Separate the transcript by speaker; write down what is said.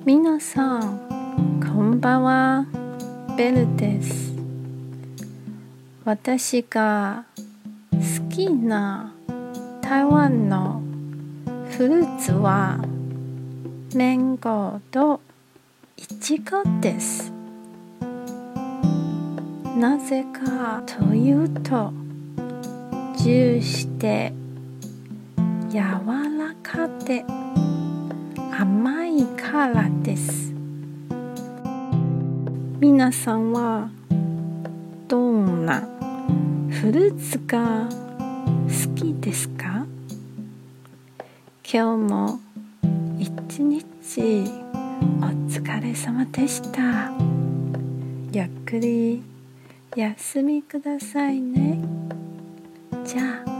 Speaker 1: 皆さん、こんばんは。ベルです。私が好きな台湾のフルーツはマンゴーとイチゴです。なぜかというと、ジューして柔らかで甘いからです。皆さんはどんなフルーツが好きですか？今日も一日お疲れ様でした。ゆっくり休みくださいね。じゃあ。